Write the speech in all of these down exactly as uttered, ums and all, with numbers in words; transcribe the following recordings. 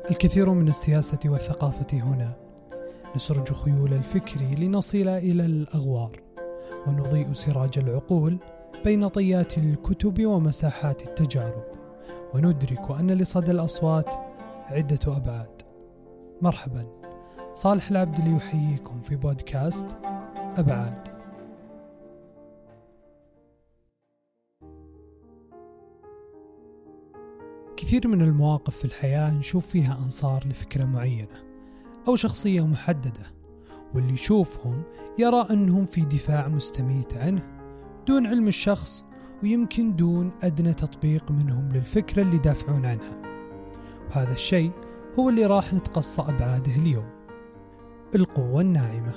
الكثير من السياسة والثقافة هنا. نسرج خيول الفكر لنصل إلى الأغوار، ونضيء سراج العقول بين طيات الكتب ومساحات التجارب، وندرك أن لصدى الأصوات عدة أبعاد. مرحبا، صالح العبد يحييكم في بودكاست أبعاد. كثير من المواقف في الحياة نشوف فيها أنصار لفكرة معينة أو شخصية محددة، واللي يشوفهم يرى أنهم في دفاع مستميت عنه دون علم الشخص، ويمكن دون أدنى تطبيق منهم للفكرة اللي دافعون عنها. وهذا الشيء هو اللي راح نتقصى أبعاده اليوم: القوة الناعمة.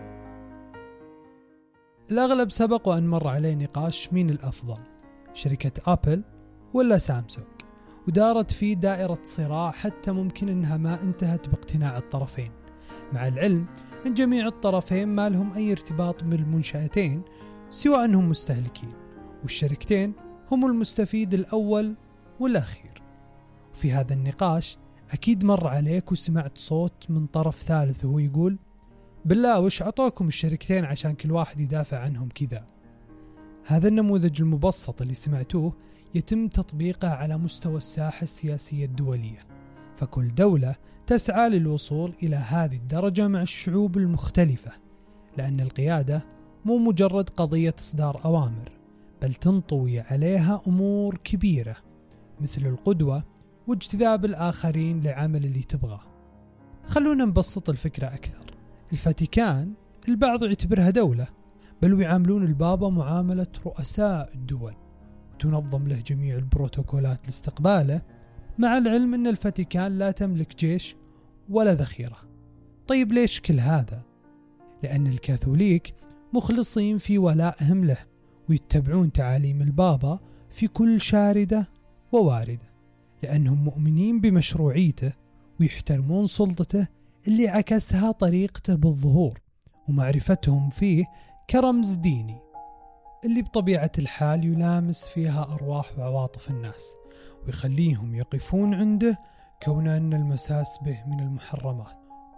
الأغلب سبق وأن مر عليه نقاش مين الأفضل، شركة أبل ولا سامسونج، ودارت فيه دائرة صراع حتى ممكن أنها ما انتهت باقتناع الطرفين، مع العلم أن جميع الطرفين ما لهم أي ارتباط بالمنشأتين سوى أنهم مستهلكين، والشركتين هم المستفيد الأول والأخير. وفي هذا النقاش أكيد مر عليك وسمعت صوت من طرف ثالث وهو يقول: بالله وش عطوكم الشركتين عشان كل واحد يدافع عنهم كذا؟ هذا النموذج المبسط اللي سمعتوه يتم تطبيقه على مستوى الساحة السياسية الدولية، فكل دولة تسعى للوصول إلى هذه الدرجة مع الشعوب المختلفة، لأن القيادة مو مجرد قضية إصدار أوامر، بل تنطوي عليها أمور كبيرة مثل القدوة واجتذاب الآخرين لعمل اللي تبغاه. خلونا نبسط الفكرة أكثر. الفاتيكان البعض يعتبرها دولة، بل ويعاملون البابا معاملة رؤساء الدول، وتنظم له جميع البروتوكولات لاستقباله، مع العلم أن الفاتيكان لا تملك جيش ولا ذخيرة. طيب ليش كل هذا؟ لأن الكاثوليك مخلصين في ولائهم له، ويتبعون تعاليم البابا في كل شاردة وواردة، لأنهم مؤمنين بمشروعيته ويحترمون سلطته اللي عكسها طريقته بالظهور، ومعرفتهم فيه كرمز ديني اللي بطبيعة الحال يلامس فيها أرواح وعواطف الناس، ويخليهم يقفون عنده كون أن المساس به من المحرمات.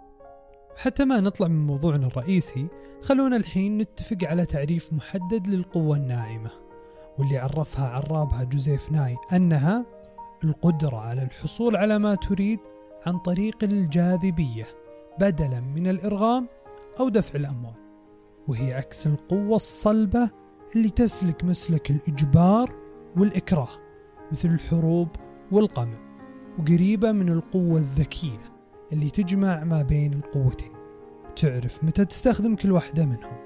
حتى ما نطلع من موضوعنا الرئيسي، خلونا الحين نتفق على تعريف محدد للقوة الناعمة، واللي عرفها عرابها جوزيف ناي أنها القدرة على الحصول على ما تريد عن طريق الجاذبية بدلا من الإرغام أو دفع الأموال، وهي عكس القوة الصلبة اللي تسلك مسلك الإجبار والإكراه مثل الحروب والقمع، وقريبة من القوة الذكية اللي تجمع ما بين القوتين، تعرف متى تستخدم كل واحدة منهم.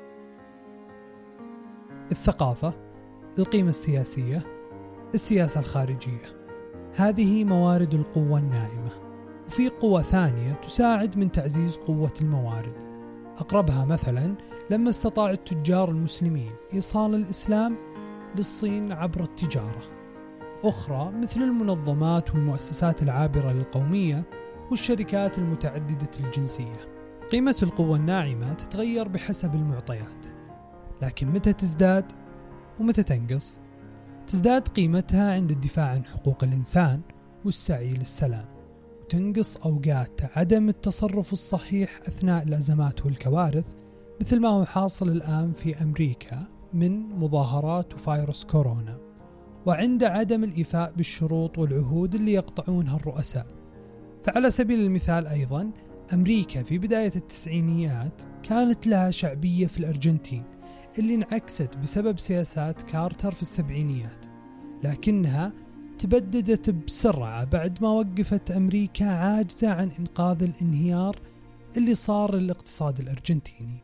الثقافة، القيمة السياسية، السياسة الخارجية، هذه موارد القوة الناعمة. وفي قوة ثانية تساعد من تعزيز قوة الموارد، أقربها مثلا لما استطاع التجار المسلمين إيصال الإسلام للصين عبر التجارة. أخرى مثل المنظمات والمؤسسات العابرة للقومية والشركات المتعددة الجنسية. قيمة القوة الناعمة تتغير بحسب المعطيات، لكن متى تزداد ومتى تنقص؟ تزداد قيمتها عند الدفاع عن حقوق الإنسان والسعي للسلام، وتنقص أوقات عدم التصرف الصحيح أثناء الأزمات والكوارث، مثل ما هو حاصل الآن في أمريكا من مظاهرات وفيروس كورونا، وعند عدم الإيفاء بالشروط والعهود اللي يقطعونها الرؤساء. فعلى سبيل المثال أيضا، أمريكا في بداية التسعينيات كانت لها شعبية في الأرجنتين اللي انعكست بسبب سياسات كارتر في السبعينيات، لكنها تبددت بسرعة بعد ما وقفت أمريكا عاجزة عن إنقاذ الانهيار اللي صار للاقتصاد الأرجنتيني.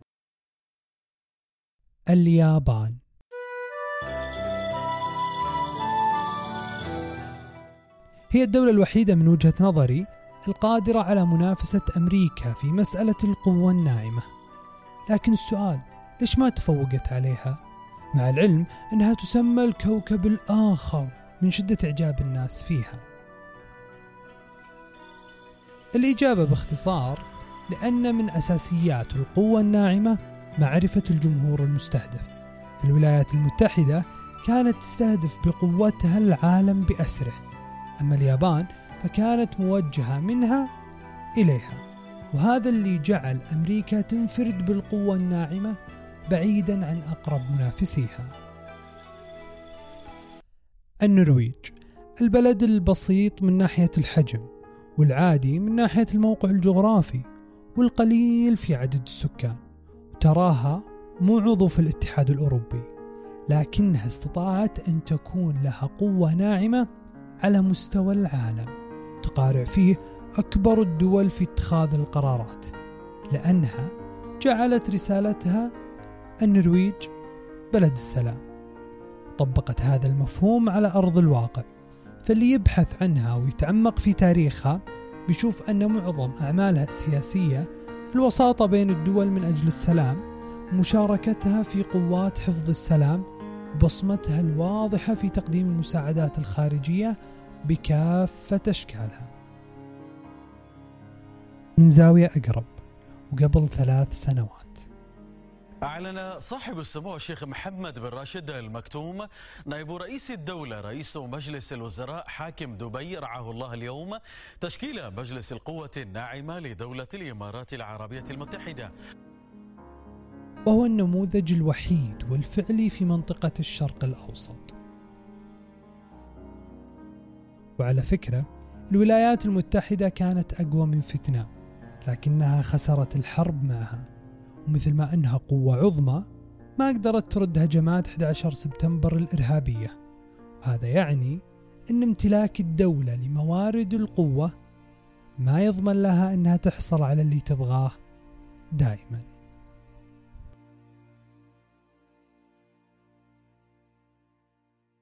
اليابان. هي الدولة الوحيدة من وجهة نظري القادرة على منافسة أمريكا في مسألة القوة الناعمة، لكن السؤال: ليش ما تفوقت عليها؟ مع العلم أنها تسمى الكوكب الآخر من شدة إعجاب الناس فيها. الإجابة باختصار: لأن من أساسيات القوة الناعمة معرفة الجمهور المستهدف. في الولايات المتحدة كانت تستهدف بقوتها العالم بأسره، أما اليابان فكانت موجهة منها إليها، وهذا اللي جعل أمريكا تنفرد بالقوة الناعمة بعيدا عن أقرب منافسيها. النرويج، البلد البسيط من ناحية الحجم، والعادي من ناحية الموقع الجغرافي، والقليل في عدد السكان، وتراها مو عضو في الاتحاد الأوروبي، لكنها استطاعت أن تكون لها قوة ناعمة على مستوى العالم تقارع فيه أكبر الدول في اتخاذ القرارات، لأنها جعلت رسالتها النرويج بلد السلام. طبقت هذا المفهوم على أرض الواقع، فاللي يبحث عنها ويتعمق في تاريخها بيشوف أن معظم أعمالها السياسية الوساطة بين الدول من أجل السلام، ومشاركتها في قوات حفظ السلام، وبصمتها الواضحة في تقديم المساعدات الخارجية بكافة أشكالها. من زاوية أقرب وقبل ثلاث سنوات، أعلن صاحب السمو الشيخ محمد بن راشد المكتوم نائب رئيس الدولة رئيس مجلس الوزراء حاكم دبي رعاه الله اليوم تشكيل مجلس القوة الناعمة لدولة الإمارات العربية المتحدة، وهو النموذج الوحيد والفعلي في منطقة الشرق الأوسط. وعلى فكرة، الولايات المتحدة كانت أقوى من فيتنام، لكنها خسرت الحرب معها، ومثل ما أنها قوة عظمى ما قدرت ترد هجمات أحد عشر سبتمبر الإرهابية. وهذا يعني أن امتلاك الدولة لموارد القوة ما يضمن لها أنها تحصل على اللي تبغاه دائما.